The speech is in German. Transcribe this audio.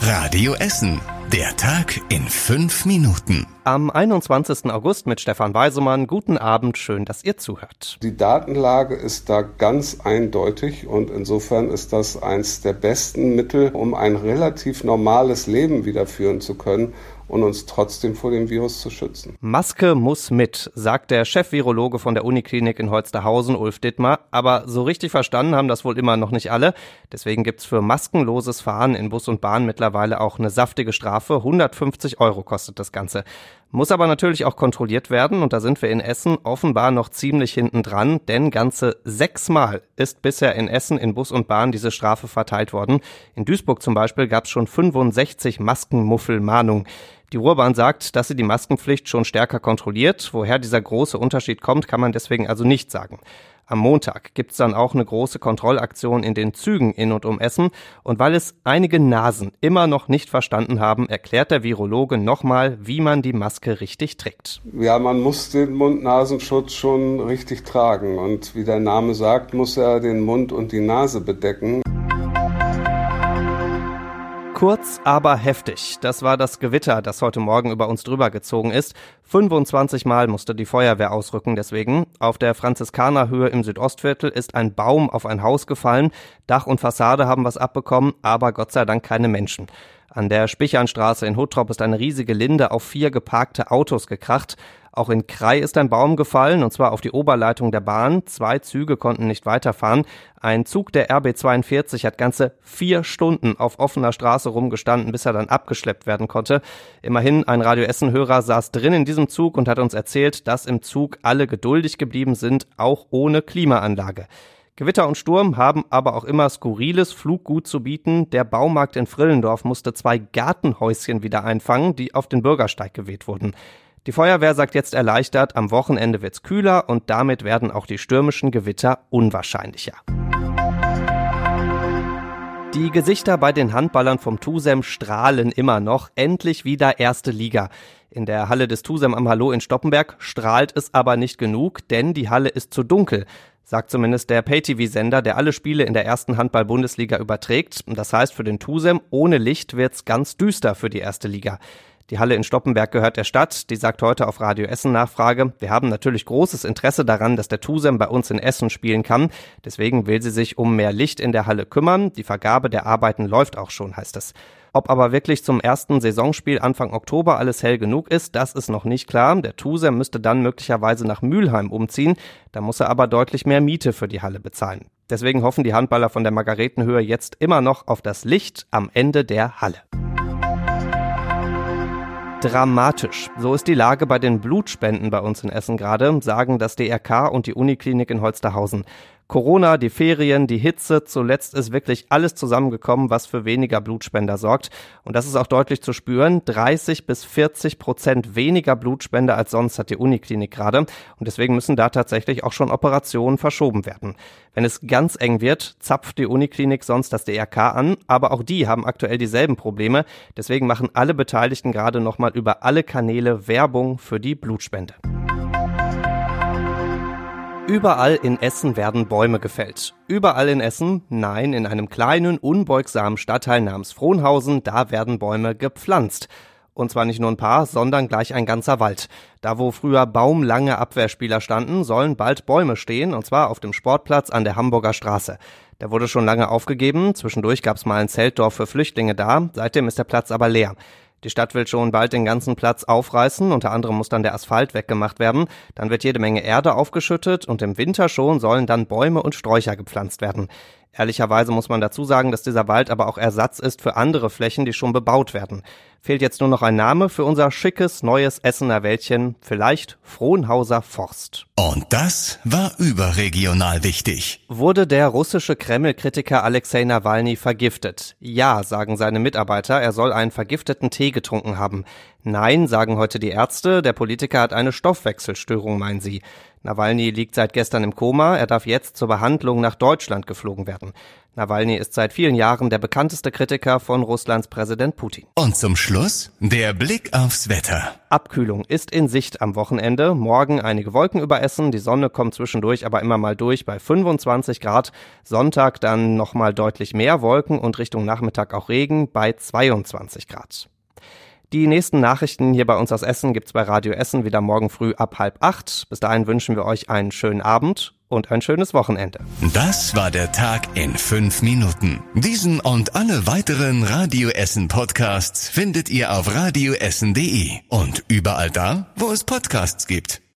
Radio Essen. Der Tag in 5 Minuten. Am 21. August mit Stefan Weisemann. Guten Abend, schön, dass ihr zuhört. Die Datenlage ist da ganz eindeutig und insofern ist das eins der besten Mittel, um ein relativ normales Leben wieder führen zu können und uns trotzdem vor dem Virus zu schützen. Maske muss mit, sagt der Chef-Virologe von der Uniklinik in Holsterhausen, Ulf Dittmar. Aber so richtig verstanden haben das wohl immer noch nicht alle. Deswegen gibt's für maskenloses Fahren in Bus und Bahn mittlerweile auch eine saftige Strafe. 150 € kostet das Ganze. Muss aber natürlich auch kontrolliert werden und da sind wir in Essen offenbar noch ziemlich hinten dran, denn ganze 6-mal ist bisher in Essen in Bus und Bahn diese Strafe verteilt worden. In Duisburg zum Beispiel gab es schon 65 Maskenmuffelmahnungen. Die Ruhrbahn sagt, dass sie die Maskenpflicht schon stärker kontrolliert. Woher dieser große Unterschied kommt, kann man deswegen also nicht sagen. Am Montag gibt's dann auch eine große Kontrollaktion in den Zügen in und um Essen. Und weil es einige Nasen immer noch nicht verstanden haben, erklärt der Virologe nochmal, wie man die Maske richtig trägt. Ja, man muss den Mund-Nasenschutz schon richtig tragen. Und wie der Name sagt, muss er den Mund und die Nase bedecken. Kurz, aber heftig. Das war das Gewitter, das heute Morgen über uns drüber gezogen ist. 25 Mal musste die Feuerwehr ausrücken deswegen. Auf der Franziskanerhöhe im Südostviertel ist ein Baum auf ein Haus gefallen. Dach und Fassade haben was abbekommen, aber Gott sei Dank keine Menschen. An der Spichernstraße in Huttrop ist eine riesige Linde auf 4 geparkte Autos gekracht. Auch in Krai ist ein Baum gefallen, und zwar auf die Oberleitung der Bahn. 2 Züge konnten nicht weiterfahren. Ein Zug der RB 42 hat ganze 4 Stunden auf offener Straße rumgestanden, bis er dann abgeschleppt werden konnte. Immerhin, ein Radio Essen-Hörer saß drin in diesem Zug und hat uns erzählt, dass im Zug alle geduldig geblieben sind, auch ohne Klimaanlage. Gewitter und Sturm haben aber auch immer skurriles Fluggut zu bieten. Der Baumarkt in Frillendorf musste 2 Gartenhäuschen wieder einfangen, die auf den Bürgersteig geweht wurden. Die Feuerwehr sagt jetzt erleichtert, am Wochenende wird's kühler und damit werden auch die stürmischen Gewitter unwahrscheinlicher. Die Gesichter bei den Handballern vom TUSEM strahlen immer noch. Endlich wieder erste Liga. In der Halle des TUSEM am Hallo in Stoppenberg strahlt es aber nicht genug, denn die Halle ist zu dunkel, sagt zumindest der Pay-TV-Sender, der alle Spiele in der ersten Handball-Bundesliga überträgt. Das heißt, für den TUSEM ohne Licht wird's ganz düster für die erste Liga. Die Halle in Stoppenberg gehört der Stadt, die sagt heute auf Radio Essen Nachfrage, wir haben natürlich großes Interesse daran, dass der TUSEM bei uns in Essen spielen kann. Deswegen will sie sich um mehr Licht in der Halle kümmern. Die Vergabe der Arbeiten läuft auch schon, heißt es. Ob aber wirklich zum ersten Saisonspiel Anfang Oktober alles hell genug ist, das ist noch nicht klar. Der TUSEM müsste dann möglicherweise nach Mülheim umziehen. Da muss er aber deutlich mehr Miete für die Halle bezahlen. Deswegen hoffen die Handballer von der Margaretenhöhe jetzt immer noch auf das Licht am Ende der Halle. Dramatisch. So ist die Lage bei den Blutspenden bei uns in Essen gerade, sagen das DRK und die Uniklinik in Holsterhausen. Corona, die Ferien, die Hitze, zuletzt ist wirklich alles zusammengekommen, was für weniger Blutspender sorgt. Und das ist auch deutlich zu spüren. 30-40% weniger Blutspender als sonst hat die Uniklinik gerade. Und deswegen müssen da tatsächlich auch schon Operationen verschoben werden. Wenn es ganz eng wird, zapft die Uniklinik sonst das DRK an. Aber auch die haben aktuell dieselben Probleme. Deswegen machen alle Beteiligten gerade nochmal über alle Kanäle Werbung für die Blutspende. Überall in Essen werden Bäume gefällt. Überall in Essen? Nein, in einem kleinen, unbeugsamen Stadtteil namens Frohnhausen, da werden Bäume gepflanzt. Und zwar nicht nur ein paar, sondern gleich ein ganzer Wald. Da, wo früher baumlange Abwehrspieler standen, sollen bald Bäume stehen, und zwar auf dem Sportplatz an der Hamburger Straße. Der wurde schon lange aufgegeben, zwischendurch gab es mal ein Zeltdorf für Flüchtlinge da, seitdem ist der Platz aber leer. Die Stadt will schon bald den ganzen Platz aufreißen, unter anderem muss dann der Asphalt weggemacht werden, dann wird jede Menge Erde aufgeschüttet und im Winter schon sollen dann Bäume und Sträucher gepflanzt werden. Ehrlicherweise muss man dazu sagen, dass dieser Wald aber auch Ersatz ist für andere Flächen, die schon bebaut werden. Fehlt jetzt nur noch ein Name für unser schickes, neues Essener Wäldchen, vielleicht Frohnhauser Forst. Und das war überregional wichtig. Wurde der russische Kreml-Kritiker Alexei Nawalny vergiftet? Ja, sagen seine Mitarbeiter, er soll einen vergifteten Tee getrunken haben. Nein, sagen heute die Ärzte, der Politiker hat eine Stoffwechselstörung, meinen sie. Nawalny liegt seit gestern im Koma, er darf jetzt zur Behandlung nach Deutschland geflogen werden. Nawalny ist seit vielen Jahren der bekannteste Kritiker von Russlands Präsident Putin. Und zum Schluss der Blick aufs Wetter. Abkühlung ist in Sicht am Wochenende. Morgen einige Wolken über Essen, die Sonne kommt zwischendurch aber immer mal durch bei 25 Grad. Sonntag dann nochmal deutlich mehr Wolken und Richtung Nachmittag auch Regen bei 22 Grad. Die nächsten Nachrichten hier bei uns aus Essen gibt's bei Radio Essen wieder morgen früh ab 7:30. Bis dahin wünschen wir euch einen schönen Abend und ein schönes Wochenende. Das war der Tag in 5 Minuten. Diesen und alle weiteren Radio Essen Podcasts findet ihr auf radioessen.de und überall da, wo es Podcasts gibt.